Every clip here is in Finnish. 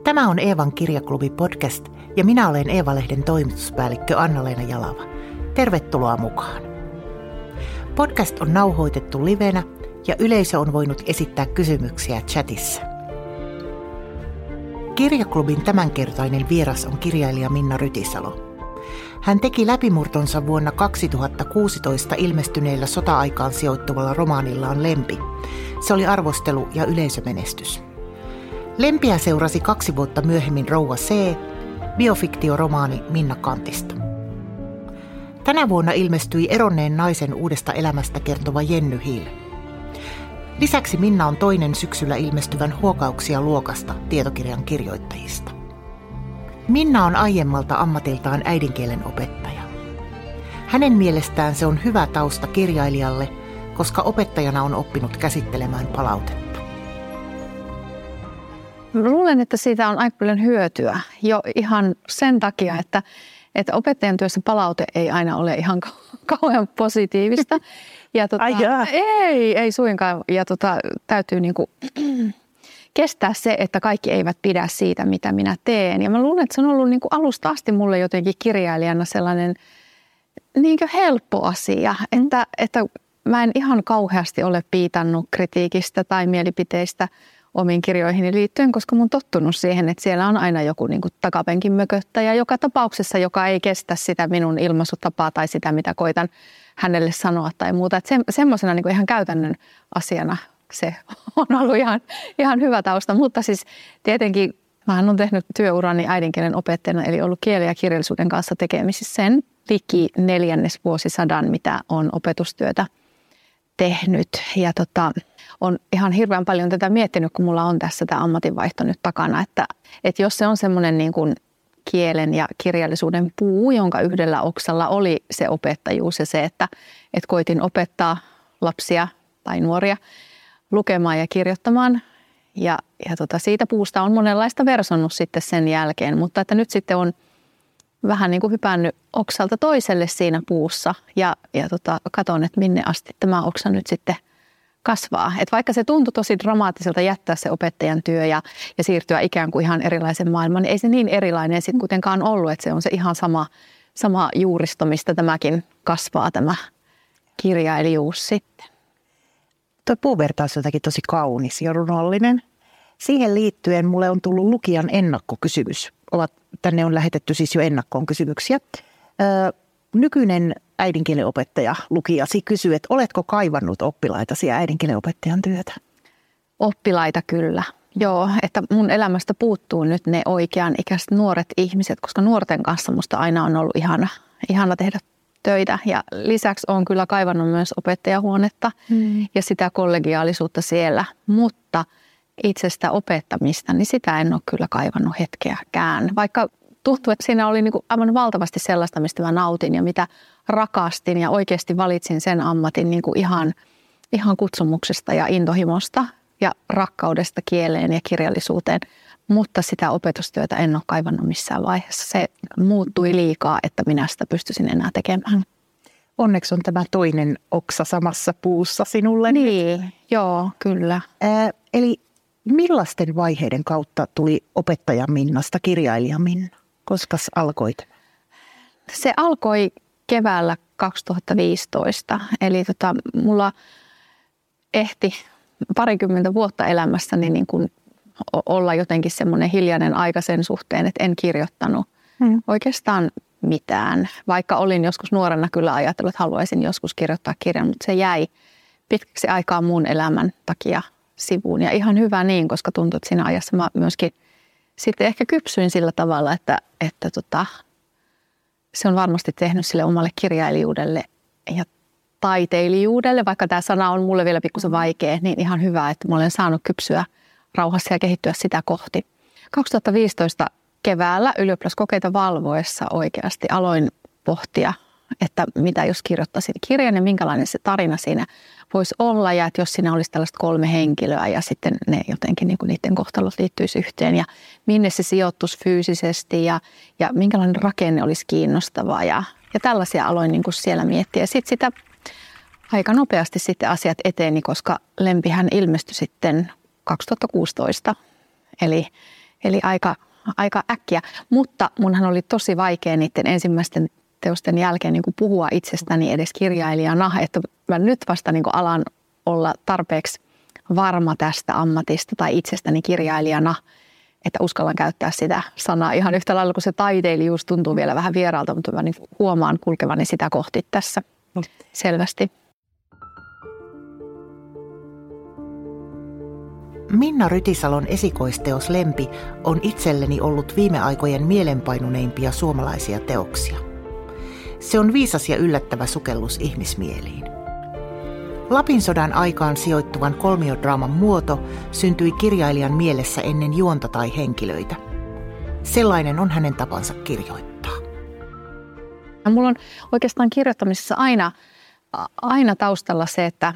Tämä on Eevan kirjaklubi podcast ja minä olen Eeva-lehden toimituspäällikkö Anna-Leena Jalava. Tervetuloa mukaan. Podcast on nauhoitettu livenä ja yleisö on voinut esittää kysymyksiä chatissa. Kirjaklubin tämänkertainen vieras on kirjailija Minna Rytisalo. Hän teki läpimurtonsa vuonna 2016 ilmestyneellä sota-aikaan sijoittuvalla romaanillaan Lempi. Se oli arvostelu ja yleisömenestys. Lempiä seurasi 2 vuotta myöhemmin Rouva C., biofiktioromaani Minna Kantista. Tänä vuonna ilmestyi eronneen naisen uudesta elämästä kertova Jenny Hill. Lisäksi Minna on toinen syksyllä ilmestyvän Huokauksia luokasta tietokirjan kirjoittajista. Minna on aiemmalta ammatiltaan äidinkielen opettaja. Hänen mielestään se on hyvä tausta kirjailijalle, koska opettajana on oppinut käsittelemään palautetta. Luulen, että siitä on aika paljon hyötyä jo ihan sen takia, että opettajan työssä palaute ei aina ole ihan kauhean positiivista. Ja ei suinkaan. Ja täytyy niinku kestää se, että kaikki eivät pidä siitä, mitä minä teen. Ja mä luulen, että se on ollut niinku alusta asti mulle jotenkin kirjailijana sellainen niinku helppo asia, että mä en ihan kauheasti ole piitannut kritiikistä tai mielipiteistä omiin kirjoihini liittyen, koska mun tottunut siihen, että siellä on aina joku niin kuin takapenkin mököttäjä joka tapauksessa, joka ei kestä sitä minun ilmaisutapaa tai sitä, mitä koitan hänelle sanoa tai muuta. Että semmoisena niin kuin ihan käytännön asiana se on ollut ihan hyvä tausta, mutta siis tietenkin mähän olen tehnyt työurani äidinkielen opettajana, eli ollut kielen ja kirjallisuuden kanssa tekemisissä sen liki 4. vuosisadan, mitä on opetustyötä tehnyt. Ja on ihan hirveän paljon tätä miettinyt, kun mulla on tässä tämä ammatinvaihto nyt takana, että jos se on semmoinen niin kuin kielen ja kirjallisuuden puu, jonka yhdellä oksalla oli se opettajuus ja se, että koitin opettaa lapsia tai nuoria lukemaan ja kirjoittamaan. Ja siitä puusta on monenlaista versonnut sitten sen jälkeen, mutta että nyt sitten on vähän niin kuin hypännyt oksalta toiselle siinä puussa ja katson, että minne asti tämä oksa nyt sitten kasvaa. Et vaikka se tuntui tosi dramaattiselta jättää se opettajan työ ja siirtyä ikään kuin ihan erilaisen maailmaan, niin ei se niin erilainen sitten kuitenkaan ollut, että se on se ihan sama juuristo, mistä tämäkin kasvaa, tämä kirjailijuus sitten. Tuo puuvertaus on jotakin tosi kaunis ja runollinen. Siihen liittyen mulle on tullut lukijan ennakkokysymys. Tänne on lähetetty siis jo ennakkoon kysymyksiä. Nykyinen äidinkielen opettaja lukijasi kysyy, että oletko kaivannut oppilaitasi äidinkielen opettajan työtä? Oppilaita kyllä. Joo, että mun elämästä puuttuu nyt ne oikean ikäiset nuoret ihmiset, koska nuorten kanssa musta aina on ollut ihana tehdä töitä. Ja lisäksi on kyllä kaivannut myös opettajahuonetta ja sitä kollegiaalisuutta siellä, mutta itsestä opettamista, niin sitä en ole kyllä kaivannut hetkeäkään. Vaikka tuntuu, että siinä oli niin kuin aivan valtavasti sellaista, mistä mä nautin ja mitä rakastin ja oikeasti valitsin sen ammatin niin kuin ihan kutsumuksesta ja intohimosta ja rakkaudesta kieleen ja kirjallisuuteen. Mutta sitä opetustyötä en ole kaivannut missään vaiheessa. Se muuttui liikaa, että minä sitä pystyisin enää tekemään. Onneksi on tämä toinen oksa samassa puussa sinulle. Niin, joo, kyllä. Eli millaisten vaiheiden kautta tuli opettaja Minnasta kirjailija Minna? Koskas alkoit? Se alkoi keväällä 2015. Eli mulla ehti 20 vuotta elämässäni niin kuin olla jotenkin semmoinen hiljainen aika sen suhteen, että en kirjoittanut oikeastaan mitään. Vaikka olin joskus nuorena kyllä ajatellut, että haluaisin joskus kirjoittaa kirjan, mutta se jäi pitkäksi aikaa mun elämän takia sivuun. Ja ihan hyvä niin, koska tuntui, että siinä ajassa mä myöskin sitten ehkä kypsyin sillä tavalla, että se on varmasti tehnyt sille omalle kirjailijuudelle ja taiteilijuudelle, vaikka tämä sana on mulle vielä pikkusen vaikea, niin ihan hyvä, että mä olen saanut kypsyä rauhassa ja kehittyä sitä kohti. 2015 keväällä ylioppilaskokeita valvoessa oikeasti aloin pohtia, että mitä jos kirjoittaisin kirjan ja minkälainen se tarina siinä voisi olla ja että jos siinä olisi tällaista 3 henkilöä ja sitten ne jotenkin niin kuin niiden kohtalot liittyisi yhteen ja minne se sijoittuisi fyysisesti ja minkälainen rakenne olisi kiinnostavaa ja tällaisia aloin niin kuin siellä miettiä. Ja sitten sitä aika nopeasti sitten asiat eteni, koska Lempihän ilmestyi sitten 2016. Eli Eli aika äkkiä. Mutta munhan oli tosi vaikea niiden ensimmäisten teosten jälkeen niin kuin puhua itsestäni edes kirjailijana, että mä nyt vasta niin kuin alan olla tarpeeksi varma tästä ammatista tai itsestäni kirjailijana, että uskallan käyttää sitä sanaa ihan yhtä lailla, kun se taiteilijuus tuntuu vielä vähän vieraalta, mutta mä niin huomaan kulkevani sitä kohti tässä selvästi. Minna Rytisalon esikoisteos Lempi on itselleni ollut viime aikojen mielenpainuneimpia suomalaisia teoksia. Se on viisas ja yllättävä sukellus ihmismieliin. Lapin sodan aikaan sijoittuvan kolmiodraaman muoto syntyi kirjailijan mielessä ennen juonta tai henkilöitä. Sellainen on hänen tapansa kirjoittaa. Mulla on oikeastaan kirjoittamisessa aina taustalla se, että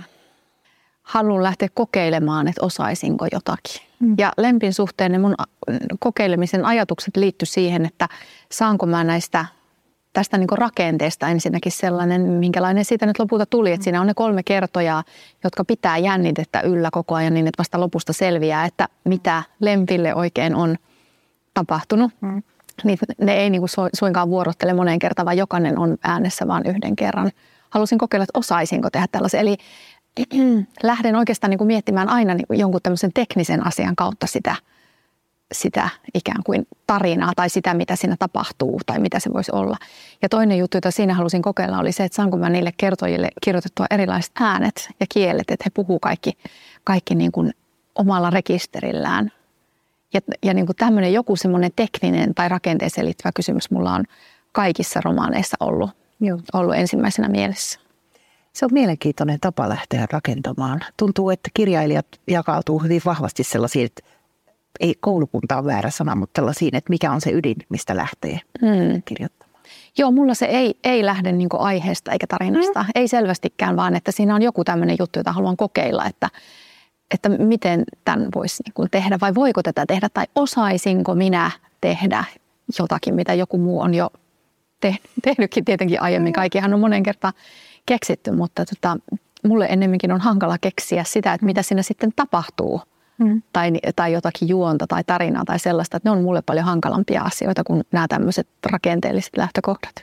haluan lähteä kokeilemaan, että osaisinko jotakin. Ja Lempin suhteen ne mun kokeilemisen ajatukset liittyy siihen, että saanko mä tästä niin kuin rakenteesta ensinnäkin sellainen, minkälainen siitä nyt lopulta tuli. Että siinä on ne 3 kertojaa, jotka pitää jännitettä yllä koko ajan niin, että vasta lopusta selviää, että mitä Lempille oikein on tapahtunut. Niin ne ei niin kuin suinkaan vuorottele moneen kertaan, vaan jokainen on äänessä vaan yhden kerran. Halusin kokeilla, että osaisinko tehdä tällaisen. Eli lähden oikeastaan niin kuin miettimään aina niin kuin jonkun tämmöisen teknisen asian kautta sitä ikään kuin tarinaa tai sitä, mitä siinä tapahtuu tai mitä se voisi olla. Ja toinen juttu, jota siinä halusin kokeilla, oli se, että saanko mä niille kertojille kirjoitettua erilaiset äänet ja kielet, että he puhuu kaikki niin kuin omalla rekisterillään. Ja niin kuin tämmöinen joku semmoinen tekninen tai rakenteeseen liittyvä kysymys mulla on kaikissa romaaneissa ollut ensimmäisenä mielessä. Se on mielenkiintoinen tapa lähteä rakentamaan. Tuntuu, että kirjailijat jakautuu hyvin vahvasti sellaisiin, että ei koulukunta on väärä sana, mutta sellaisiin, että mikä on se ydin, mistä lähtee kirjoittamaan. Joo, mulla se ei lähde niin kuin aiheesta eikä tarinasta. Ei selvästikään, vaan että siinä on joku tämmöinen juttu, jota haluan kokeilla, että miten tämän voisi niin kuin tehdä vai voiko tätä tehdä tai osaisinko minä tehdä jotakin, mitä joku muu on jo tehnytkin tietenkin aiemmin. Kaikkihan on monen kertaan keksitty, mutta mulle ennemminkin on hankala keksiä sitä, että mitä siinä sitten tapahtuu. Tai jotakin juonta tai tarinaa tai sellaista, että ne on mulle paljon hankalampia asioita kuin nämä tämmöiset rakenteelliset lähtökohdat.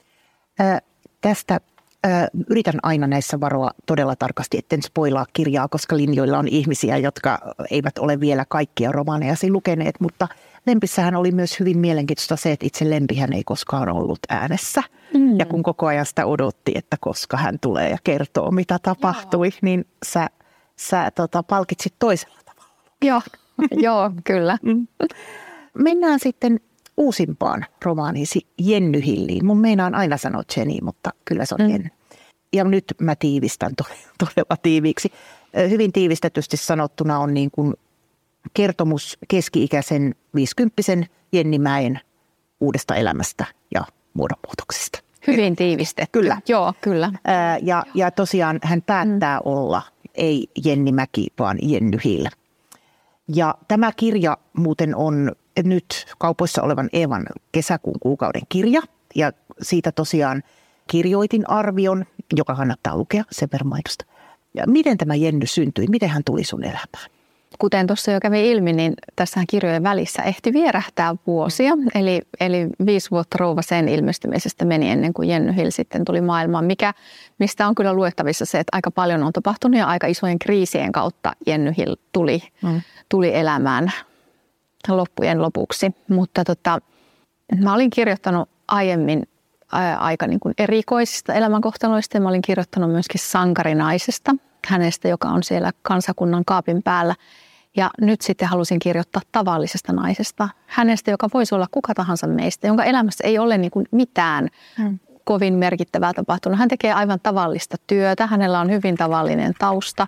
Tästä yritän aina näissä varoa todella tarkasti, etten spoilaa kirjaa, koska linjoilla on ihmisiä, jotka eivät ole vielä kaikkia romaaneasi lukeneet, mutta Lempissähän oli myös hyvin mielenkiintoista se, että itse Lempihän ei koskaan ollut äänessä. Ja kun koko ajan sitä odotti, että koska hän tulee ja kertoo, mitä tapahtui, niin sä palkitsit toisella tavalla. Joo, kyllä. Mennään sitten uusimpaan romaaniisi Jenny Hilliin. Mun meinaan aina sanoa Jenny, mutta kyllä se on Jenny. Ja nyt mä tiivistän todella tiiviiksi. Hyvin tiivistetysti sanottuna on niin kuin kertomus keski-ikäisen 50-vuotiaan Jenny Mäen uudesta elämästä ja muodonmuutoksesta. Hyvin tiivistetty. Kyllä. Joo, kyllä. Ja tosiaan hän päättää olla ei Jenny Mäki, vaan Jenny Hill. Ja tämä kirja muuten on nyt kaupoissa olevan Eevan kesäkuun kuukauden kirja. Ja siitä tosiaan kirjoitin arvion, joka kannattaa lukea sen verran mainosta. Ja miten tämä Jenny syntyi? Miten hän tuli sun elämään? Kuten tuossa jo kävi ilmi, niin tässä kirjojen välissä ehti vierähtää vuosia. Eli 5 vuotta rouva sen ilmestymisestä meni ennen kuin Jenny Hill sitten tuli maailmaan. Mistä on kyllä luettavissa se, että aika paljon on tapahtunut ja aika isojen kriisien kautta Jenny Hill tuli elämään loppujen lopuksi. Mutta mä olin kirjoittanut aiemmin aika niin kuin erikoisista elämänkohtaloista ja mä olin kirjoittanut myöskin sankarinaisesta, hänestä, joka on siellä kansakunnan kaapin päällä. Ja nyt sitten halusin kirjoittaa tavallisesta naisesta, hänestä, joka voisi olla kuka tahansa meistä, jonka elämässä ei ole niin kuin mitään kovin merkittävää tapahtunut. Hän tekee aivan tavallista työtä, hänellä on hyvin tavallinen tausta,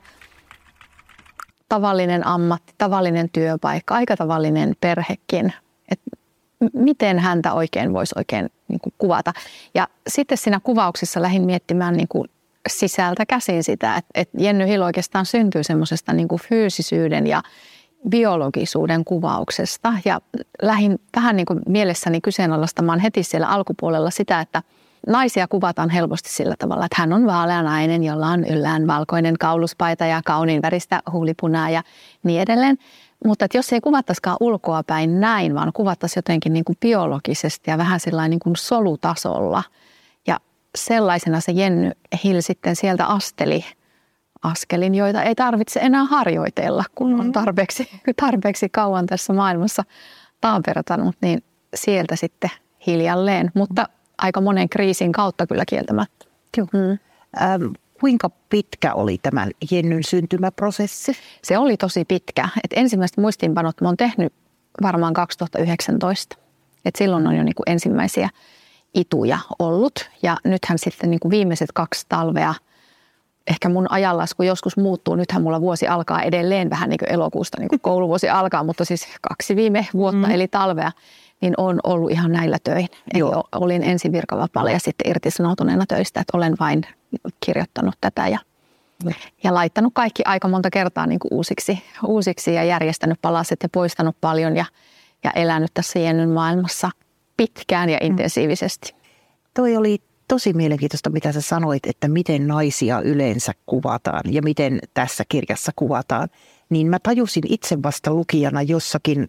tavallinen ammatti, tavallinen työpaikka, aika tavallinen perhekin. Miten häntä voisi oikein niin kuin kuvata. Ja sitten siinä kuvauksessa lähdin miettimään niin kuin sisältä käsin sitä, että Jenny Hill oikeastaan syntyy semmoisesta niin kuin fyysisyyden ja biologisuuden kuvauksesta. Ja lähdin vähän niin kuin mielessäni kyseenalaistamaan heti siellä alkupuolella sitä, että naisia kuvataan helposti sillä tavalla, että hän on vaalea nainen, jolla on yllään valkoinen kauluspaita ja kauniin väristä huulipunaa ja niin edelleen. Mutta että jos ei kuvattaisikaan ulkoa päin näin, vaan kuvattaisiin jotenkin niin kuin biologisesti ja vähän sellainen niin kuin solutasolla. Ja sellaisena se Jenny Hill sitten sieltä askelin, joita ei tarvitse enää harjoitella, kun on tarpeeksi kauan tässä maailmassa taapertanut, niin sieltä sitten hiljalleen, mutta aika monen kriisin kautta kyllä kieltämättä. Joo. Kuinka pitkä oli tämän Jennyn syntymäprosessi? Se oli tosi pitkä. Et ensimmäiset muistiinpanot mä oon tehnyt varmaan 2019. Et silloin on jo niinku ensimmäisiä ituja ollut. Ja nythän sitten niinku viimeiset 2 talvea, ehkä mun ajanlasku joskus muuttuu. Nythän mulla vuosi alkaa edelleen vähän niin kuin elokuusta, niin kuin kouluvuosi alkaa, mutta siis 2 viime vuotta eli talvea, niin on ollut ihan näillä töin. Eli olin ensin virkavapaalla ja sitten irtisanoutuneena töistä, että olen vain kirjoittanut tätä ja laittanut kaikki aika monta kertaa niin kuin uusiksi ja järjestänyt palaset ja poistanut paljon ja elänyt tässä Jennyn maailmassa pitkään ja intensiivisesti. Toi oli tosi mielenkiintoista, mitä sä sanoit, että miten naisia yleensä kuvataan ja miten tässä kirjassa kuvataan. Niin mä tajusin itse vasta lukijana jossakin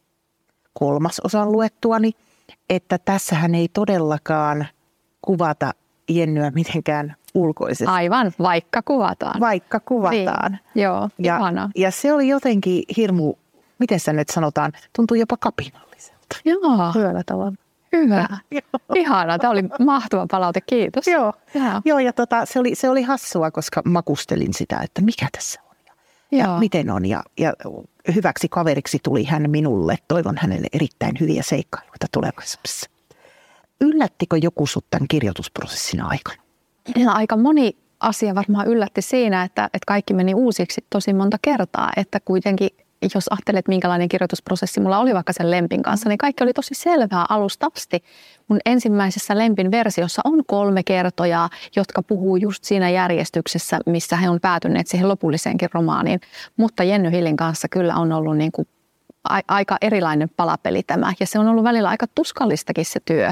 3/3 luettuani, että tässähän ei todellakaan kuvata Jennyä mitenkään ulkoisesti. Aivan, vaikka kuvataan. Vaikka kuvataan. Niin, joo, ihana. Ja se oli jotenkin hirmu, miten sä nyt sanotaan, tuntuu jopa kapinalliselta. Joo. Hyvällä tavalla. Hyvä. Ihana. Tämä oli mahtava palaute. Kiitos. Joo, ja se oli hassua, koska makustelin sitä, että mikä tässä on ja miten on. Ja hyväksi kaveriksi tuli hän minulle. Toivon hänelle erittäin hyviä seikkailuita tulevaisuudessa. Yllättikö joku sut tämän kirjoitusprosessin aikana? Aika moni asia varmaan yllätti siinä, että kaikki meni uusiksi tosi monta kertaa. Että kuitenkin, jos ajattelet, minkälainen kirjoitusprosessi mulla oli vaikka sen Lempin kanssa, niin kaikki oli tosi selvää alusta asti. Mun ensimmäisessä Lempin versiossa on 3 kertojaa, jotka puhuu just siinä järjestyksessä, missä he on päätyneet siihen lopulliseenkin romaaniin. Mutta Jenny Hillin kanssa kyllä on ollut niin kuin aika erilainen palapeli tämä. Ja se on ollut välillä aika tuskallistakin se työ.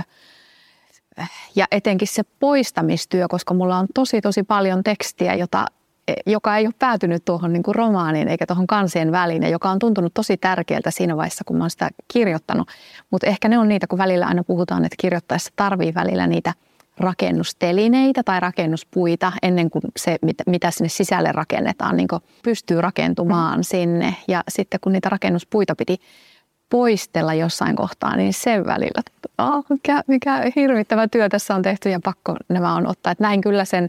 Ja etenkin se poistamistyö, koska mulla on tosi paljon tekstiä, joka ei ole päätynyt tuohon niin kuin romaaniin eikä tuohon kansien väliin, ja joka on tuntunut tosi tärkeältä siinä vaiheessa, kun mä oon sitä kirjoittanut. Mutta ehkä ne on niitä, kun välillä aina puhutaan, että kirjoittaessa tarvii välillä niitä rakennustelineitä tai rakennuspuita ennen kuin se, mitä sinne sisälle rakennetaan, niin kuin pystyy rakentumaan sinne. Ja sitten kun niitä rakennuspuita piti poistella jossain kohtaa, niin sen välillä, mikä hirvittävä työ tässä on tehty ja pakko nämä on ottaa. Että näin kyllä sen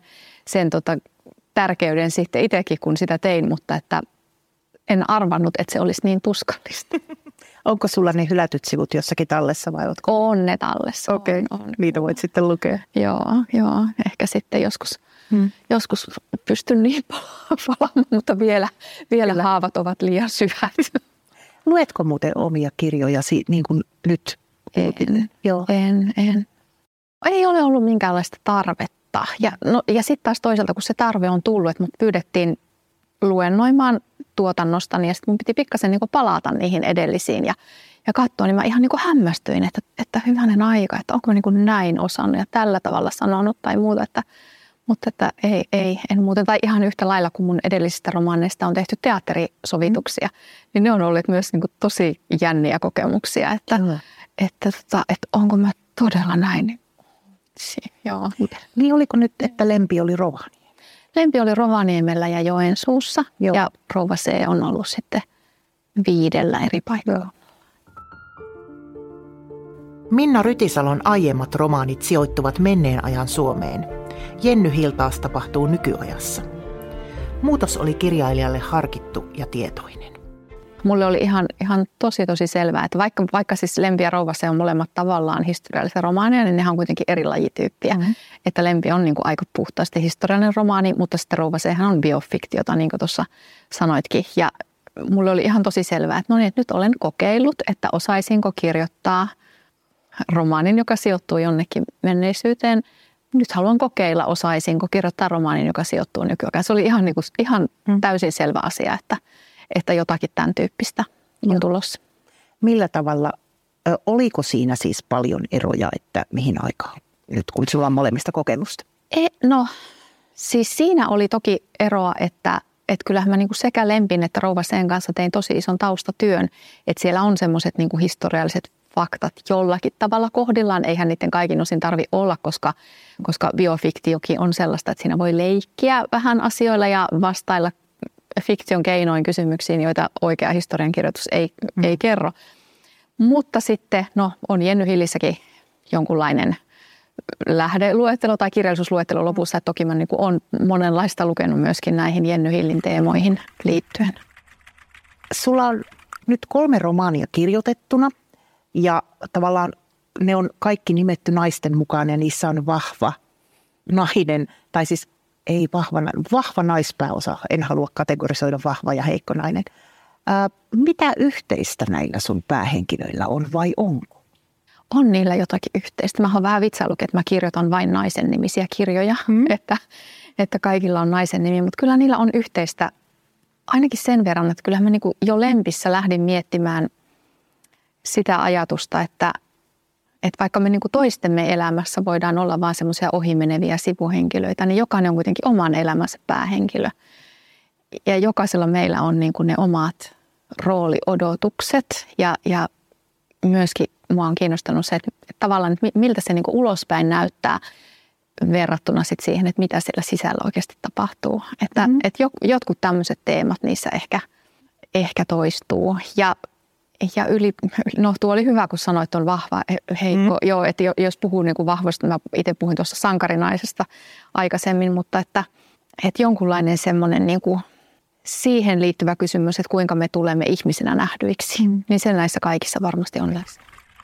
tärkeyden sitten itsekin, kun sitä tein, mutta että en arvannut, että se olisi niin tuskallista. Onko sulla ne hylätyt sivut jossakin tallessa vai ootko? On ne tallessa. Okei, niitä voit sitten lukea. Joo. Ehkä sitten joskus pystyn niin palaamaan, mutta vielä haavat ovat liian syvät. Luetko muuten omia kirjojasi niin kuin nyt? En. Ei ole ollut minkäänlaista tarvetta. Ja sitten taas toisaalta, kun se tarve on tullut, että mut pyydettiin luennoimaan tuotannostani ja sitten mun piti pikkasen niin kuin palata niihin edellisiin ja katsoa, niin mä ihan niin kuin hämmästyin, että hyvänen aika, että onko niin kuin näin osannut ja tällä tavalla sanonut tai muuta, mutta että en muuten. Tai ihan yhtä lailla kuin mun edellisistä romaaneista on tehty teatterisovituksia, niin ne on ollut myös niin kuin tosi jänniä kokemuksia, että onko mä todella näin. Joo. Niin oliko nyt, että Lempi oli Rovaniemellä? Lempi oli Rovaniemellä ja Joensuussa. Joo. Ja Rouva C on ollut sitten 5 eri paikalla. Minna Rytisalon aiemmat romaanit sijoittuvat menneen ajan Suomeen. Jenny Hill taas tapahtuu nykyajassa. Muutos oli kirjailijalle harkittu ja tietoinen. Mulle oli ihan tosi selvää, että vaikka siis Lempi ja Rouva C on molemmat tavallaan historiallisia romaaneja, niin nehän on kuitenkin eri lajityyppiä. Mm-hmm. Että Lempi on niin kuin aika puhtaasti historiallinen romaani, mutta sitten Rouva C on biofiktiota, niin kuin tuossa sanoitkin. Ja mulle oli ihan tosi selvää, että että nyt olen kokeillut, että osaisinko kirjoittaa romaanin, joka sijoittuu jonnekin menneisyyteen. Nyt haluan kokeilla, osaisinko kirjoittaa romaanin, joka sijoittuu nykyaikaan. Se oli ihan täysin selvä asia, että jotakin tämän tyyppistä on tulossa. Millä tavalla, oliko siinä siis paljon eroja, että mihin aikaan, nyt kun sulla on molemmista kokemusta? No, siis siinä oli toki eroa, että kyllähän mä niin kuin sekä Lempin että Rouva Sen kanssa tein tosi ison taustatyön, että siellä on semmoiset niin kuin historialliset faktat jollakin tavalla kohdillaan. Eihän niiden kaikin osin tarvitse olla, koska biofiktiokin on sellaista, että siinä voi leikkiä vähän asioilla ja vastailla fiktion keinoin kysymyksiin, joita oikea historiankirjoitus ei kerro. Mutta sitten, on Jenny Hillissäkin jonkunlainen lähdeluettelo tai kirjallisuusluettelo lopussa. Että toki mä niin kuin olen monenlaista lukenut myöskin näihin Jenny Hillin teemoihin liittyen. Sulla on nyt 3 romaania kirjoitettuna ja tavallaan ne on kaikki nimetty naisten mukaan ja niissä on vahva nainen, tai siis ei vahva naispääosa. En halua kategorisoida vahva ja heikko nainen. Mitä yhteistä näillä sun päähenkilöillä on vai onko? On niillä jotakin yhteistä. Mä oon vähän vitsaillut, että mä kirjoitan vain naisen nimisiä kirjoja, että kaikilla on naisen nimi, mutta kyllä niillä on yhteistä ainakin sen verran, että kyllähän mä niin kuin jo Lempissä lähdin miettimään sitä ajatusta, että vaikka me niin kuin toistemme elämässä voidaan olla vaan semmoisia ohimeneviä sivuhenkilöitä, niin jokainen on kuitenkin oman elämänsä päähenkilö. Ja jokaisella meillä on niin kuin ne omat rooliodotukset ja myöskin mua on kiinnostanut se, että tavallaan, että miltä se niin kuin ulospäin näyttää verrattuna sit siihen, että mitä siellä sisällä oikeasti tapahtuu. Että jotkut tämmöiset teemat niissä ehkä toistuu. Ja tuo oli hyvä, kun sanoit, että on vahva, heikko. Joo, että jos puhuu niin kuin vahvasta, mä itse puhuin tuossa sankarinaisesta aikaisemmin, mutta että jonkunlainen semmoinen niin kuin siihen liittyvä kysymys, että kuinka me tulemme ihmisenä nähdyiksi, niin se näissä kaikissa varmasti on läsnä.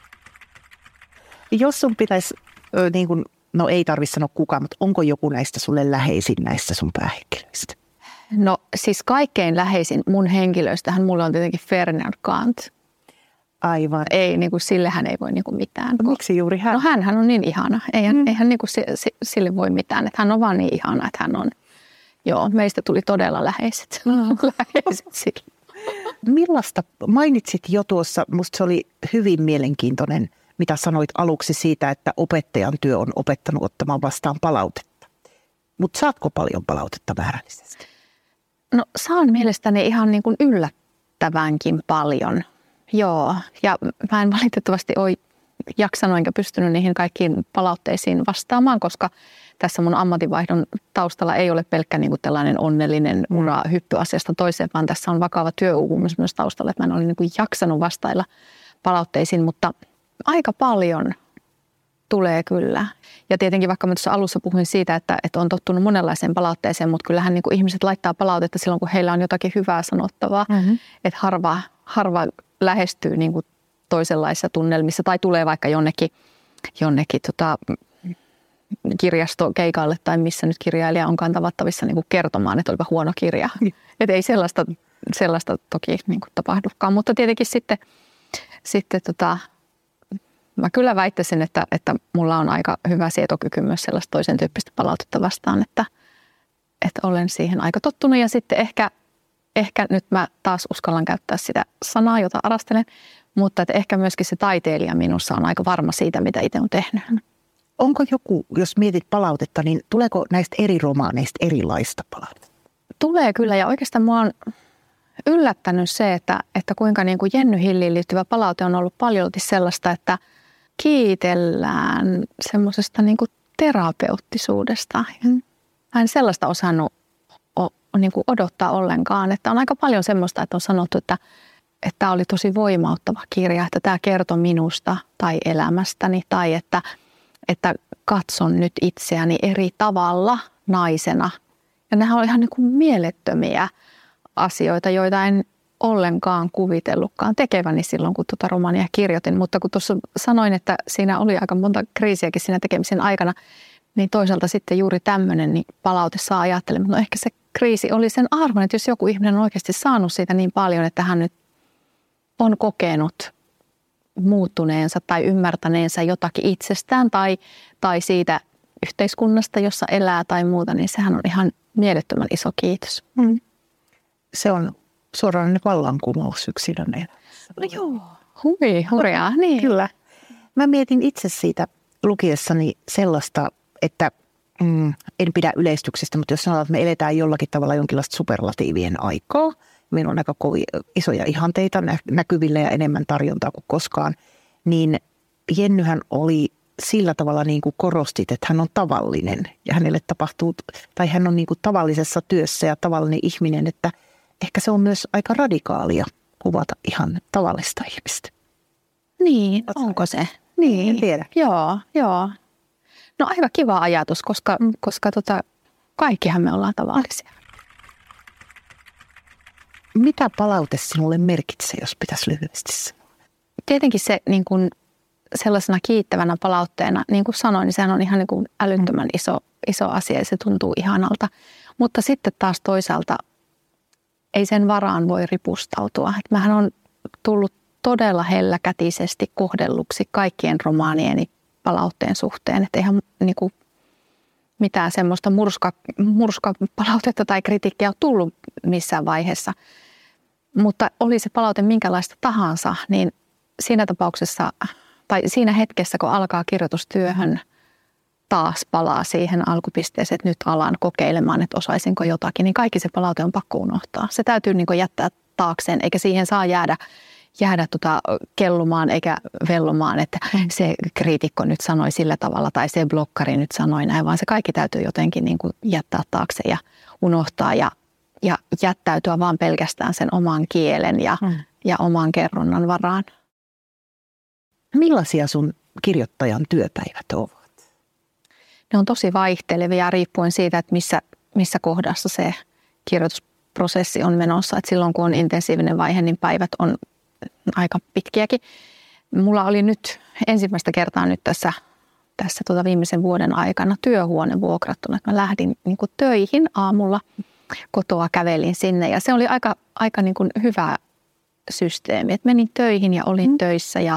Jos sun pitäisi, niin kuin, ei tarvitse sanoa kukaan, mutta onko joku näistä sulle läheisin näistä sun päähenkilöistä? No siis kaikkein läheisin mun henkilöistähän mulle on tietenkin Ferdinand Kant. Aivan. Ei, niin kuin sillehän ei voi niin kuin mitään. Miksi juuri hän? No hänhän on niin ihana. Eihän niin kuin sille voi mitään. Että hän on vaan niin ihana, että hän on, meistä tuli todella läheiset sille. Millaista, mainitsit jo tuossa, musta se oli hyvin mielenkiintoinen, mitä sanoit aluksi siitä, että opettajan työ on opettanut ottamaan vastaan palautetta. Mutta saatko paljon palautetta määrällisesti? No saan mielestäni ihan niin kuin yllättävänkin paljon. Joo, ja mä en valitettavasti ole jaksanut enkä pystynyt niihin kaikkiin palautteisiin vastaamaan, koska tässä mun ammatinvaihdon taustalla ei ole pelkkä niin kuin tällainen onnellinen ura hyppy asiasta toiseen, vaan tässä on vakava työuupumus myös taustalla, että mä en ole niin kuin jaksanut vastailla palautteisiin, mutta aika paljon tulee kyllä. Ja tietenkin vaikka mä tuossa alussa puhuin siitä, että on tottunut monenlaiseen palautteeseen, mutta kyllähän niin kuin ihmiset laittaa palautetta silloin, kun heillä on jotakin hyvää sanottavaa. Että harva lähestyy niin kuin toisenlaisissa tunnelmissa tai tulee vaikka jonnekin kirjastokeikalle tai missä nyt kirjailija onkaan tavattavissa niin kuin kertomaan, että olipa huono kirja. Että ei sellaista toki niin kuin tapahdukaan, mutta tietenkin sitten mä kyllä väittäisin, että mulla on aika hyvä sietokyky myös sellaista toisen tyyppistä palautetta vastaan, että olen siihen aika tottunut. Ja sitten ehkä nyt mä taas uskallan käyttää sitä sanaa, jota arastelen, mutta että ehkä myöskin se taiteilija minussa on aika varma siitä, mitä itse on tehnyt. Onko joku, jos mietit palautetta, niin tuleeko näistä eri romaaneista erilaista palautetta? Tulee kyllä, ja oikeastaan mua on yllättänyt se, että kuinka niin kuin Jenny Hilliin liittyvä palaute on ollut paljolti sellaista, että kiitellään semmoisesta niin kuin terapeuttisuudesta. Mä en sellaista osannut niin kuin odottaa ollenkaan, että on aika paljon semmoista, että on sanottu, että tämä oli tosi voimauttava kirja, että tämä kertoi minusta tai elämästäni tai että katson nyt itseäni eri tavalla naisena. Ja nehän on ihan niin kuin mielettömiä asioita, joita en ollenkaan kuvitellutkaan tekeväni silloin, kun tuota romaania kirjoitin. Mutta kun tuossa sanoin, että siinä oli aika monta kriisiäkin siinä tekemisen aikana, niin toisaalta sitten juuri tämmöinen niin palaute saa ajattelemaan. No ehkä se kriisi oli sen arvon, että jos joku ihminen on oikeasti saanut siitä niin paljon, että hän nyt on kokenut muuttuneensa tai ymmärtäneensä jotakin itsestään tai siitä yhteiskunnasta, jossa elää tai muuta, niin sehän on ihan mielettömän iso kiitos. Se on suoraan vallankumous yksilön elämässä. No joo, hurjaa. Niin. Kyllä. Mä mietin itse siitä lukiessani sellaista, että en pidä yleistyksestä, mutta jos sanotaan, että me eletään jollakin tavalla jonkinlaista superlatiivien aikaa, meillä on aika kovin isoja ihanteita näkyvillä ja enemmän tarjontaa kuin koskaan, niin Jennyhän oli sillä tavalla niin kuin korostit, että hän on tavallinen ja hänelle tapahtuu, tai hän on niin kuin tavallisessa työssä ja tavallinen ihminen, että ehkä se on myös aika radikaalia kuvata ihan tavallista ihmistä. Niin, onko se? Niin. En tiedä. Joo. No aika kiva ajatus, koska kaikkihan me ollaan tavallisia. Mitä palaute sinulle merkitsee, jos pitäisi lyhyesti sanoa? Tietenkin se niin kuin sellaisena kiittävänä palautteena, niin kuin sanoin, niin sehän on ihan niin kuin älyttömän iso asia ja se tuntuu ihanalta. Mutta sitten taas toisaalta ei sen varaan voi ripustautua. Että mähän on tullut todella helläkätisesti kohdelluksi kaikkien romaanieni palautteen suhteen. Että eihän niin kuin mitään semmoista murskapalautetta tai kritiikkiä ole tullut missään vaiheessa. Mutta oli se palaute minkälaista tahansa, niin siinä tapauksessa tai siinä hetkessä, kun alkaa kirjoitustyöhön, taas palaa siihen alkupisteeseen, että nyt alan kokeilemaan, että osaisinko jotakin, niin kaikki se palaute on pakko unohtaa. Se täytyy niin kuin jättää taakseen, eikä siihen saa jäädä kellumaan eikä vellomaan, että se kriitikko nyt sanoi sillä tavalla tai se blokkari nyt sanoi näin, vaan se kaikki täytyy jotenkin niin kuin jättää taakse ja unohtaa ja jättäytyä vaan pelkästään sen oman kielen ja oman kerronnan varaan. Millaisia sun kirjoittajan työpäivät ovat? Ne on tosi vaihtelevia riippuen siitä, että missä kohdassa se kirjoitusprosessi on menossa. Et silloin kun on intensiivinen vaihe, niin päivät on aika pitkiäkin. Mulla oli nyt ensimmäistä kertaa nyt tässä viimeisen vuoden aikana työhuone vuokrattuna. Mä lähdin niin kuin töihin aamulla, kotoa kävelin sinne ja se oli aika niin kuin hyvä systeemi. Et menin töihin ja olin töissä ja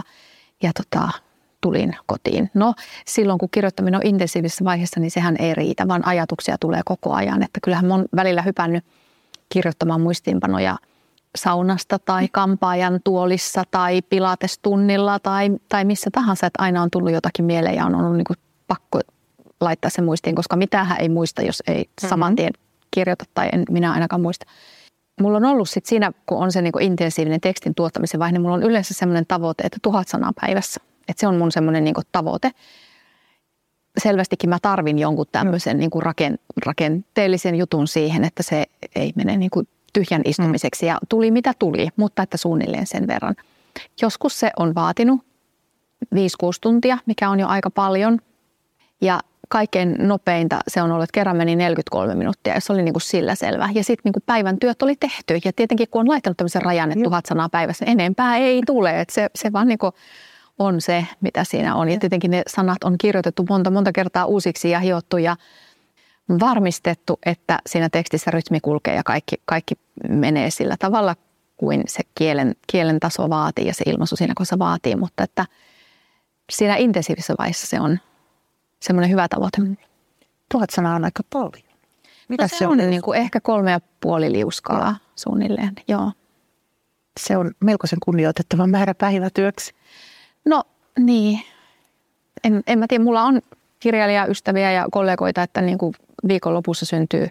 tulin kotiin. No silloin kun kirjoittaminen on intensiivisessä vaiheessa, niin sehän ei riitä, vaan ajatuksia tulee koko ajan. Että kyllähän mä oon välillä hypännyt kirjoittamaan muistiinpanoja saunasta tai kampaajan tuolissa tai pilatestunnilla tai missä tahansa. Että aina on tullut jotakin mieleen ja on ollut niin kuin pakko laittaa se muistiin, koska mitäänhän ei muista, jos ei saman tien kirjoita tai en minä ainakaan muista. Mulla on ollut sitten siinä, kun on se niinku intensiivinen tekstin tuottamisen vaihe, niin mulla on yleensä semmoinen tavoite, että 1000 sanaa päivässä. Että se on mun semmoinen niinku tavoite. Selvästikin mä tarvin jonkun tämmöisen niinku rakenteellisen jutun siihen, että se ei mene niinku tyhjän istumiseksi. Ja tuli mitä tuli, mutta että suunnilleen sen verran. Joskus se on vaatinut 5-6 tuntia, mikä on jo aika paljon. Ja kaikkein nopeinta se on ollut, että kerran meni 43 minuuttia ja se oli niin kuin sillä selvä. Ja sitten niin päivän työt oli tehty. Ja tietenkin kun on laittanut tämmöisen rajan, että 1000 sanaa päivässä, enempää ei tule. Että se vaan niin kuin on se, mitä siinä on. Ja tietenkin ne sanat on kirjoitettu monta kertaa uusiksi ja hiottu ja varmistettu, että siinä tekstissä rytmi kulkee ja kaikki menee sillä tavalla, kuin se kielen taso vaatii ja se ilmaisu siinä kohdassa vaatii. Mutta että siinä intensiivisessä vaiheessa se on semmoinen hyvä tavoite. 1000 sanaa on aika paljon. Mitä se on? Niin kuin ehkä 3,5 liuskaa suunnilleen, joo. Se on melkoisen kunnioitettava määrä päivätyöksi. No niin. En mä tiedä, mulla on kirjailijaystäviä ja kollegoita, että niin kuin viikonlopussa syntyy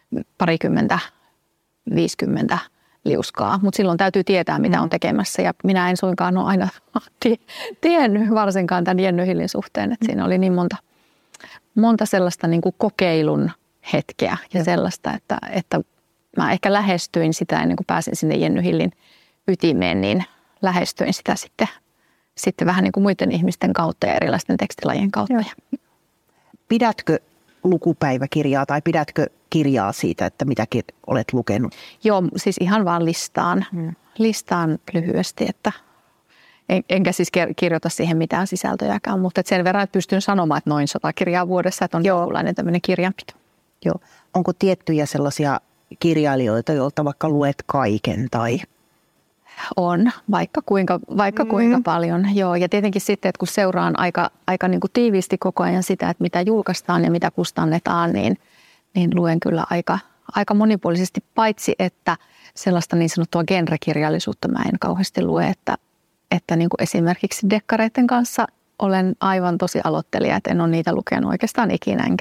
20-50 liuskaa. Mutta silloin täytyy tietää, mitä on tekemässä. Ja minä en suinkaan ole aina tiennyt varsinkaan tämän Jenny Hillin suhteen. Että siinä oli niin monta sellaista niin kuin kokeilun hetkeä ja sellaista, että mä ehkä lähestyin sitä ennen kuin pääsin sinne Jenny Hillin ytimeen, niin lähestyin sitä sitten vähän niin kuin muiden ihmisten kautta ja erilaisten tekstilajien kautta. Pidätkö lukupäiväkirjaa tai pidätkö kirjaa siitä, että mitäkin olet lukenut? Joo, siis ihan vaan listaan lyhyesti, että enkä siis kirjoita siihen mitään sisältöjäkään, mutta sen verran, että pystyn sanomaan, että noin 100 kirjaa vuodessa, että on jonkunlainen tämmöinen kirjanpito. Joo. Onko tiettyjä sellaisia kirjailijoita, joilta vaikka luet kaiken tai? On, vaikka kuinka paljon. Joo, ja tietenkin sitten, että kun seuraan aika niin kuin tiiviisti koko ajan sitä, että mitä julkaistaan ja mitä kustannetaan, niin luen kyllä aika monipuolisesti, paitsi että sellaista niin sanottua genrekirjallisuutta mä en kauheasti lue, että niin kuin esimerkiksi dekkareiden kanssa olen aivan tosi aloittelija, että en ole niitä lukenut oikeastaan ikinä,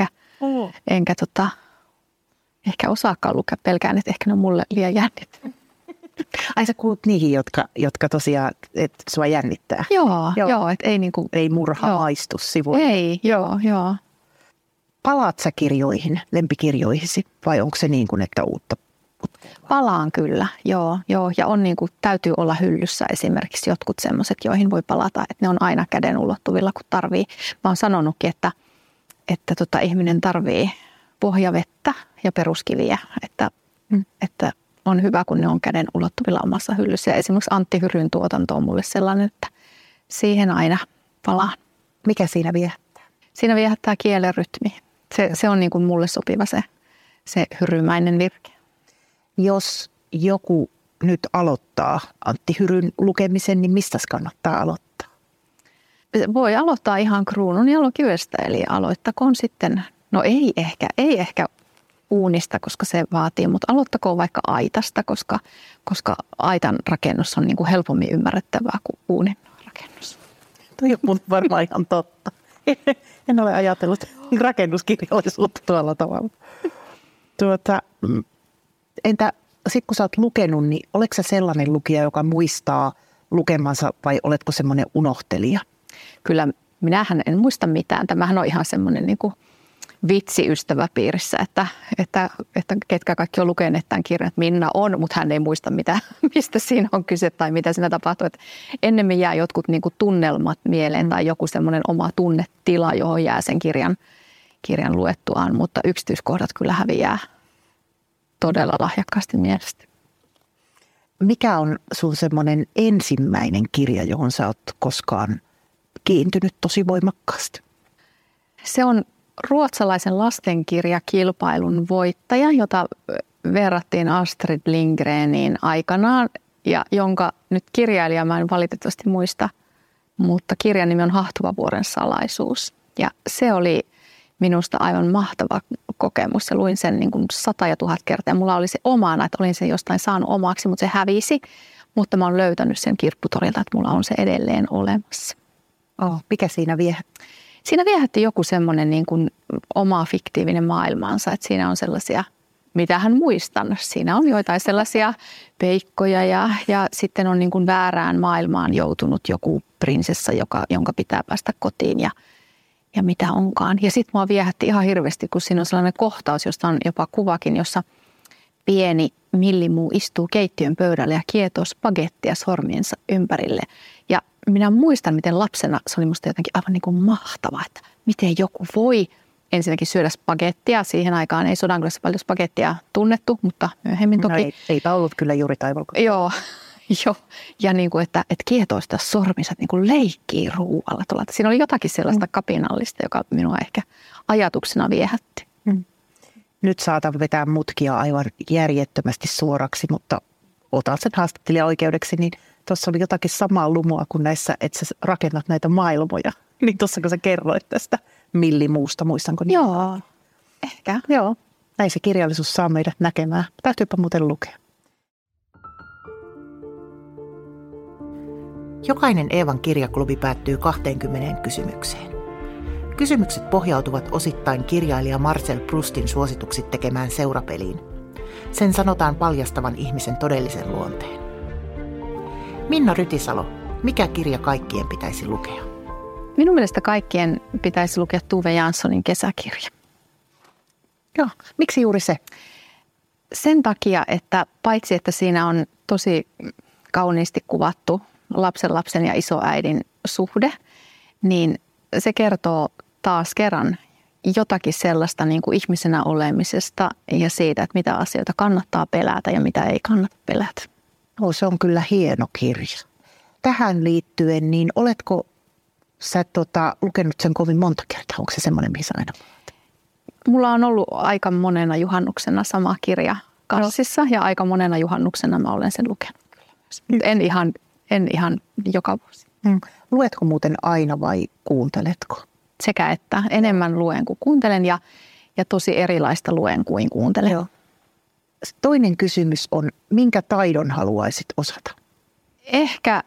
enkä ehkä osaakaan lukea, pelkään, että ehkä ne on mulle liian jännittäviä. Ai sä kuulut niihin, jotka tosiaan, että sua jännittää? Joo, että ei niinku... Ei murha maistu sivuille. Ei, joo. Palaat sä kirjoihin, lempikirjoihisi, vai onko se niin kuin, että uutta? Palaan kyllä, joo. Ja on niin kuin, täytyy olla hyllyssä esimerkiksi jotkut semmoiset, joihin voi palata, että ne on aina käden ulottuvilla, kun tarvii. Mä oon sanonutkin, että ihminen tarvii pohjavettä ja peruskiviä, että on hyvä, kun ne on käden ulottuvilla omassa hyllyssä. Ja esimerkiksi Antti Hyryn tuotanto on mulle sellainen, että siihen aina palaan. Mikä siinä viehättää? Siinä viehättää kielen rytmi. Se on niin kuin mulle sopiva se hyrymäinen virke. Jos joku nyt aloittaa Antti Hyryn lukemisen, niin mistä kannattaa aloittaa? Voi aloittaa ihan Kruununjalokivestä, eli aloittakoon sitten, no ei ehkä uunista, koska se vaatii, mutta aloittakoon vaikka aitasta, koska aitan rakennus on niin kuin helpommin ymmärrettävää kuin uunin rakennus. Toi on varmaan ihan totta. En ole ajatellut rakennuskirjallisuutta tuolla tavalla. Entä sitten kun sä oot lukenut, niin oletko sä sellainen lukija, joka muistaa lukemansa vai oletko semmoinen unohtelija? Kyllä minähän en muista mitään. Tämähän on ihan semmoinen niin kuin vitsi ystäväpiirissä, että ketkä kaikki on lukeneet tämän kirjan, että Minna on, mutta hän ei muista mistä siinä on kyse tai mitä siinä tapahtuu. Että ennemmin jää jotkut niin kuin tunnelmat mieleen tai joku semmoinen oma tunnetila, johon jää sen kirjan luettuaan, mutta yksityiskohdat kyllä häviää todella lahjakkaasti mielestä. Mikä on sun semmoinen ensimmäinen kirja, johon sä oot koskaan kiintynyt tosi voimakkaasti? Se on ruotsalaisen lastenkirjakilpailun voittaja, jota verrattiin Astrid Lindgreniin aikanaan ja jonka nyt kirjailija mä en valitettavasti muista, mutta kirjan nimi on Hahtuvavuoren salaisuus. Ja se oli minusta aivan mahtava kokemus. Ja luin sen niin kuin 100 ja 1000 kertaa. Ja mulla oli se omana, että olin sen jostain saanut omaksi, mutta se hävisi. Mutta mä oon löytänyt sen kirpputorilta, että mulla on se edelleen olemassa. Mikä siinä viehätti? Siinä viehätti joku semmoinen niin kuin oma fiktiivinen maailmansa. Että siinä on sellaisia, mitä hän muistan. Siinä on joitain sellaisia peikkoja ja sitten on niin kuin väärään maailmaan joutunut joku prinsessa, jonka pitää päästä kotiin ja mitä onkaan. Ja sitten mua viehätti ihan hirveästi, kun siinä on sellainen kohtaus, josta on jopa kuvakin, jossa pieni millimuu istuu keittiön pöydälle ja kietoo spagettia sormiensa ympärille. Ja minä muistan, miten lapsena se oli musta jotenkin aivan niin kuin mahtavaa, että miten joku voi ensinnäkin syödä spagettia. Siihen aikaan ei Sodankylässä paljon spagettia tunnettu, mutta myöhemmin toki. No eipä ollut kyllä juuri taivalko. Joo. Ja niin kuin, että kietoo sitä sorminsa, niin kuin leikkii ruualla. Siinä oli jotakin sellaista kapinallista, joka minua ehkä ajatuksena viehätti. Nyt saatan vetää mutkia aivan järjettömästi suoraksi, mutta otan sen haastattelijan oikeudeksi, niin tuossa oli jotakin samaa lumua kuin näissä, että sä rakennat näitä maailmoja. Niin tuossa kun sä kerroit tästä millimuusta, muistanko niin? Joo, ehkä. Joo, näin se kirjallisuus saa meidät näkemään. Täytyypä muuten lukea. Jokainen Eevan kirjaklubi päättyy 20 kysymykseen. Kysymykset pohjautuvat osittain kirjailija Marcel Proustin suosituksi tekemään seurapeliin. Sen sanotaan paljastavan ihmisen todellisen luonteen. Minna Rytisalo, mikä kirja kaikkien pitäisi lukea? Minun mielestä kaikkien pitäisi lukea Tove Janssonin kesäkirja. Joo, miksi juuri se? Sen takia, että paitsi että siinä on tosi kauniisti kuvattu lapsen ja isoäidin suhde, niin se kertoo taas kerran jotakin sellaista niin kuin ihmisenä olemisesta ja siitä, että mitä asioita kannattaa pelätä ja mitä ei kannata pelätä. Se on kyllä hieno kirja. Tähän liittyen, niin oletko sä lukenut sen kovin monta kertaa? Onko se semmoinen, mihin sä aina? Mulla on ollut aika monena juhannuksena sama kirja kassissa ja aika monena juhannuksena mä olen sen lukenut. En ihan joka vuosi. Luetko muuten aina vai kuunteletko? Sekä että enemmän luen kuin kuuntelen ja tosi erilaista luen kuin kuuntelen. Joo. Toinen kysymys on, minkä taidon haluaisit osata? Ehkä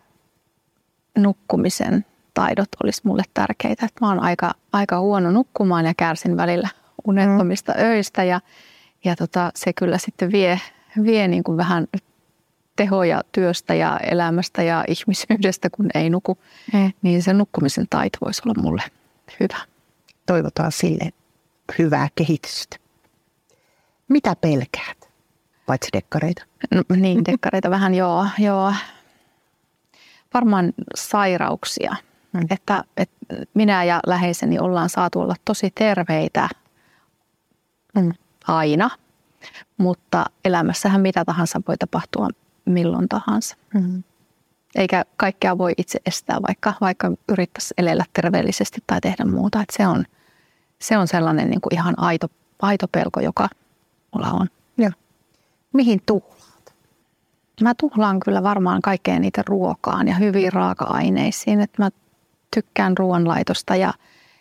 nukkumisen taidot olisi mulle tärkeitä. Mä oon aika huono nukkumaan ja kärsin välillä unettomista öistä ja se kyllä sitten vie niin kuin vähän tehoja työstä ja elämästä ja ihmisyydestä, kun ei nuku. Niin se nukkumisen taito voisi olla mulle hyvä. Toivotaan sille hyvää kehitystä. Mitä pelkäät? Paitsi dekkareita. No, niin, dekkareita vähän joo. Varmaan sairauksia. Että minä ja läheiseni ollaan saatu olla tosi terveitä aina, mutta elämässähän mitä tahansa voi tapahtua milloin tahansa. Eikä kaikkea voi itse estää, vaikka yrittäisi elellä terveellisesti tai tehdä muuta. Että se on sellainen niin kuin ihan aito pelko, joka mulla on. Ja. Mihin tuhlaat? Mä tuhlaan kyllä varmaan kaikkeen niitä ruokaan ja hyviin raaka-aineisiin. Että mä tykkään ruoanlaitosta ja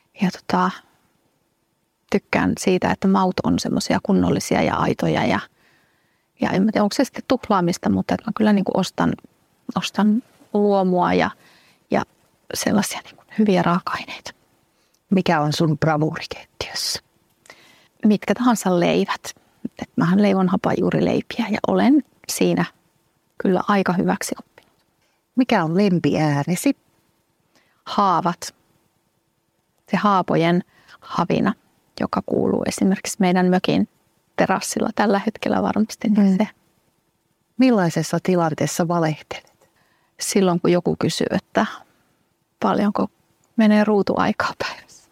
tykkään siitä, että maut on semmoisia kunnollisia ja aitoja. Ja en tiedä, onko se sitten tuhlaamista, mutta että mä kyllä niin kuin ostan luomua ja sellaisia niin kuin hyviä raaka-aineita. Mikä on sun bravuurikeittiössä? Mitkä tahansa leivät. Et mähän leivon hapanjuurileipiä ja olen siinä kyllä aika hyväksi oppinut. Mikä on lempiäänesi? Haavat. Se haapojen havina, joka kuuluu esimerkiksi meidän mökin terassilla tällä hetkellä varmasti. Se. Millaisessa tilanteessa valehtelet? Silloin kun joku kysyy, että paljonko menee ruutuaikaa päivässä.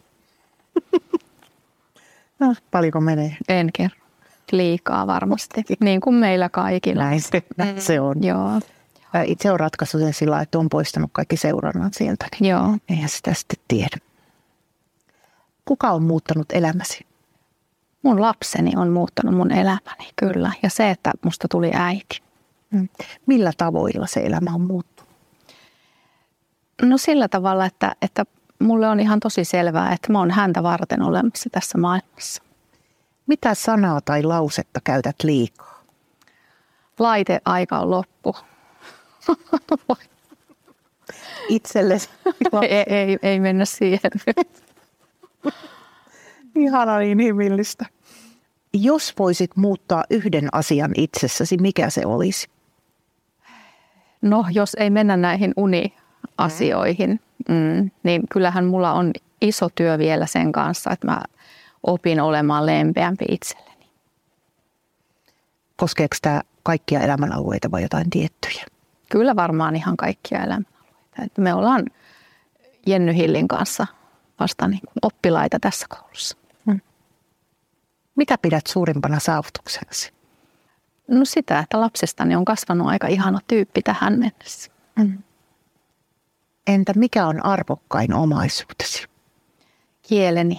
No, paljonko menee? En kerro. Liikaa varmasti, niin kuin meillä kaikilla. Näin se on. Joo. Itse olen ratkaissut sen sillä, että on poistanut kaikki seurannat sieltä, niin joo. Eihän sitä sitten tiedä. Kuka on muuttanut elämäsi? Mun lapseni on muuttanut mun elämäni, kyllä. Ja se, että musta tuli äiti. Millä tavoilla se elämä on muuttunut? No sillä tavalla, että mulle on ihan tosi selvää, että mä oon häntä varten olemassa tässä maailmassa. Mitä sanaa tai lausetta käytät liikaa? Laiteaika on loppu. Itsellesi? ei mennä siihen. Ihana inhimillistä. Jos voisit muuttaa yhden asian itsessäsi, mikä se olisi? No, jos ei mennä näihin uniasioihin, niin kyllähän mulla on iso työ vielä sen kanssa, että mä opin olemaan lempeämpi itselleni. Koskeeko tämä kaikkia elämänalueita vai jotain tiettyjä? Kyllä varmaan ihan kaikkia elämänalueita. Että me ollaan Jenny Hillin kanssa vasta niin kuin oppilaita tässä koulussa. Mitä pidät suurimpana saavutuksenasi? No sitä, että lapsestani on kasvanut aika ihana tyyppi tähän mennessä. Entä mikä on arvokkain omaisuutesi? Kieleni.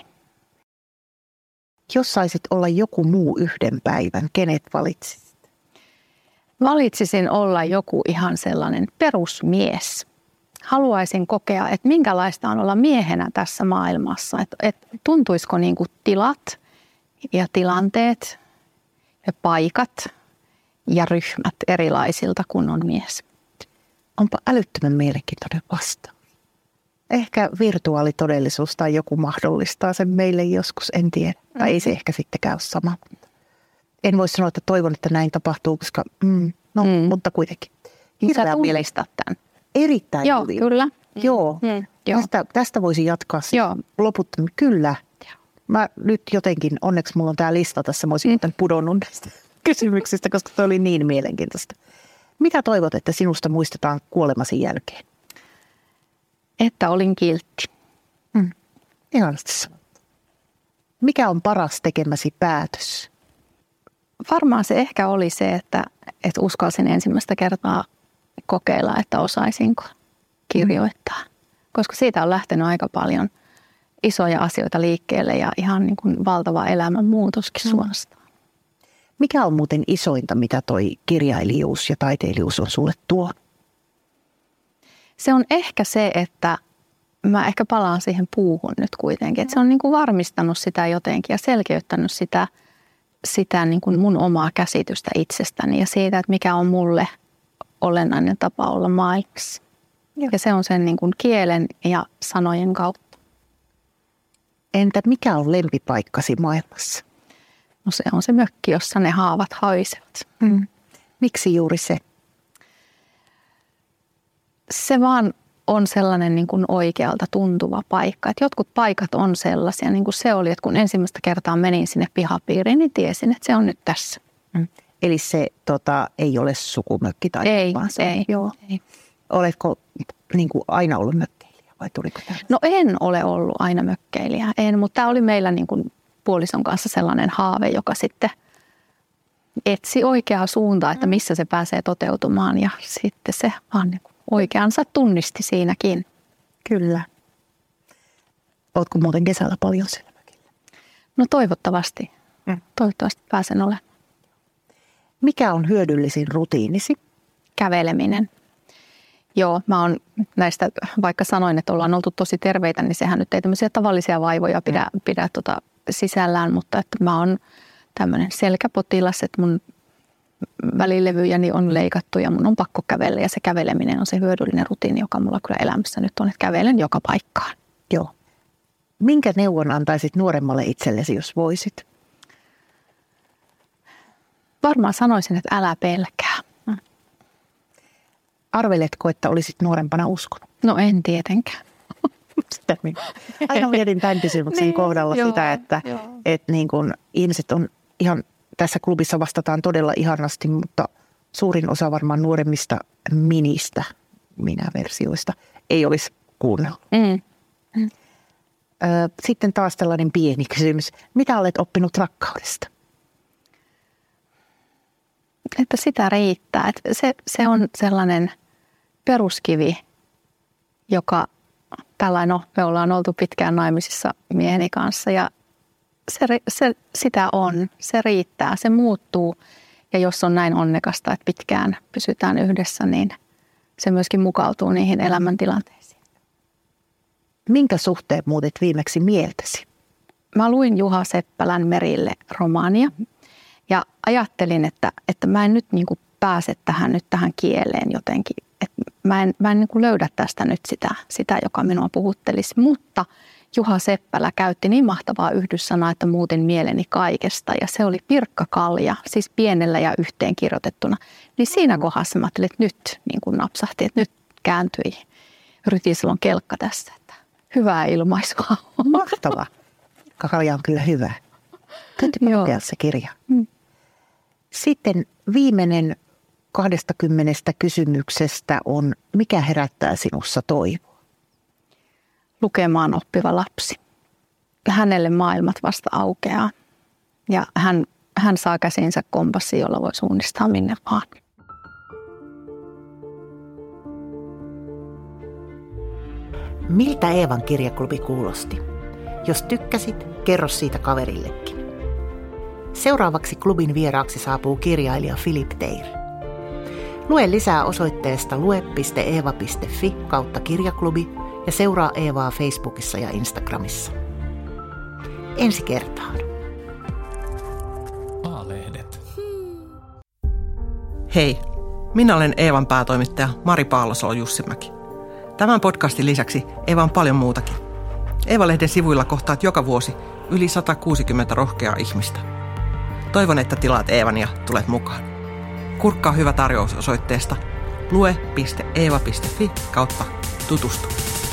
Jos saisit olla joku muu yhden päivän, kenet valitsisit? Valitsisin olla joku ihan sellainen perusmies. Haluaisin kokea, että minkälaista on olla miehenä tässä maailmassa. Että tuntuisiko niin kuin tilat ja tilanteet ja paikat ja ryhmät erilaisilta kuin on mies. Onpa älyttömän mielenkiintoinen vastaus. Ehkä virtuaalitodellisuus tai joku mahdollistaa sen meille joskus, en tiedä. Tai ei se ehkä sittenkään ole sama. En voi sanoa, että toivon, että näin tapahtuu, koska mutta kuitenkin. Sä tunnistat tämän. Erittäin joo, hyvin. Kyllä. Joo, tästä voisi jatkaa loputtomiin. Kyllä. Mä nyt jotenkin, onneksi mulla on tää lista tässä, mä olisin pudonnut näistä kysymyksistä, koska toi oli niin mielenkiintoista. Mitä toivot, että sinusta muistetaan kuolemasi jälkeen? Että olin kiltti. Ihanasti sanottu. Mikä on paras tekemäsi päätös? Varmaan se ehkä oli se, että uskalsin ensimmäistä kertaa kokeilla, että osaisinko kirjoittaa. Koska siitä on lähtenyt aika paljon isoja asioita liikkeelle ja ihan niin kuin valtava elämänmuutoskin suorastaan. Mikä on muuten isointa, mitä toi kirjailijuus ja taiteilijuus on sulle tuonut? Se on ehkä se, että mä ehkä palaan siihen puuhun nyt kuitenkin. Että se on niin kuin varmistanut sitä jotenkin ja selkeyttänyt sitä niin kuin mun omaa käsitystä itsestäni ja siitä, että mikä on mulle olennainen tapa olla maailmassa. Ja se on sen niin kuin kielen ja sanojen kautta. Entä mikä on lempipaikkasi maailmassa? No se on se mökki, jossa ne haavat haisevat. Miksi juuri se? Se vaan on sellainen niin kuin oikealta tuntuva paikka. Että jotkut paikat on sellaisia, niin kuin se oli, että kun ensimmäistä kertaa menin sinne pihapiiriin, niin tiesin, että se on nyt tässä. Eli se ei ole sukumökki tai vaan se? Ei. Oletko niin kuin aina ollut mökkeilijä vai tuliko tämä? No en ole ollut aina mökkeilijä, mutta tämä oli meillä niin kuin puolison kanssa sellainen haave, joka sitten etsi oikeaa suuntaa, että missä se pääsee toteutumaan ja sitten se vaan niin kuin oikeansa tunnisti siinäkin. Kyllä. Oletko muuten kesällä paljon siellä mökillä? No toivottavasti. Toivottavasti pääsen olemaan. Mikä on hyödyllisin rutiinisi? Käveleminen. Joo, mä oon näistä, vaikka sanoin, että ollaan oltu tosi terveitä, niin sehän nyt ei tämmöisiä tavallisia vaivoja pidä sisällään, mutta että mä oon tämmöinen selkäpotilas, että mun välilevyjäni on leikattu ja mun on pakko kävellä ja se käveleminen on se hyödyllinen rutiini, joka mulla kyllä elämässä nyt on, että kävelen joka paikkaan. Joo. Minkä neuvon antaisit nuoremmalle itsellesi, jos voisit? Varmaan sanoisin, että älä pelkää. Arveletko, että olisit nuorempana uskonut? No en tietenkään. Sitä aina mietin tämän kysymyksen kohdalla sitä, että niin kuin ihmiset on ihan, tässä klubissa vastataan todella ihanasti, mutta suurin osa varmaan nuoremmista minä-versioista ei olisi kuunnellut. Sitten taas tällainen pieni kysymys. Mitä olet oppinut rakkaudesta? Että sitä riittää. Että se on sellainen peruskivi, joka tällainen, me ollaan oltu pitkään naimisissa mieheni kanssa ja sitä on, se riittää, se muuttuu ja jos on näin onnekasta, että pitkään pysytään yhdessä, niin se myöskin mukautuu niihin elämäntilanteisiin. Minkä suhteen muutit viimeksi mieltäsi? Mä luin Juha Seppälän Merille -romaania ja ajattelin, että mä en nyt niin kuin pääse tähän kieleen jotenkin. Että mä en niin kuin löydä tästä nyt sitä, joka minua puhuttelisi, mutta Juha Seppälä käytti niin mahtavaa yhdyssanaa, että muutin mieleni kaikesta ja se oli Pirkkakalja, siis pienellä ja yhteenkirjoitettuna. Niin siinä kohdassa mä ajattelin, että nyt niin kuin napsahti, että nyt kääntyi Rytisalon kelkka tässä, että hyvää ilmaisua. Mahtavaa. Pirkkakalja on kyllä hyvä. Täytyy lukea se kirja. Sitten viimeinen 20 kysymyksestä on, mikä herättää sinussa toivoa? Lukemaan oppiva lapsi. Hänelle maailmat vasta aukeaa ja hän saa käsinsä kompassi, jolla voi suunnistaa minne vaan. Miltä Eevan kirjaklubi kuulosti? Jos tykkäsit, kerro siitä kaverillekin. Seuraavaksi klubin vieraaksi saapuu kirjailija Philip Teir. Lue lisää osoitteesta lue.eeva.fi/kirjaklubi ja seuraa Eevaa Facebookissa ja Instagramissa. Ensi kertaan. A-lehdet. Hei, minä olen Eevan päätoimittaja Mari Paalosolo-Jussimäki. Tämän podcastin lisäksi Eeva on paljon muutakin. Eeva-lehden sivuilla kohtaat joka vuosi yli 160 rohkeaa ihmistä. Toivon, että tilaat Eevan ja tulet mukaan. Kurkkaa hyvä tarjous osoitteesta lue.eeva.fi/tutustu.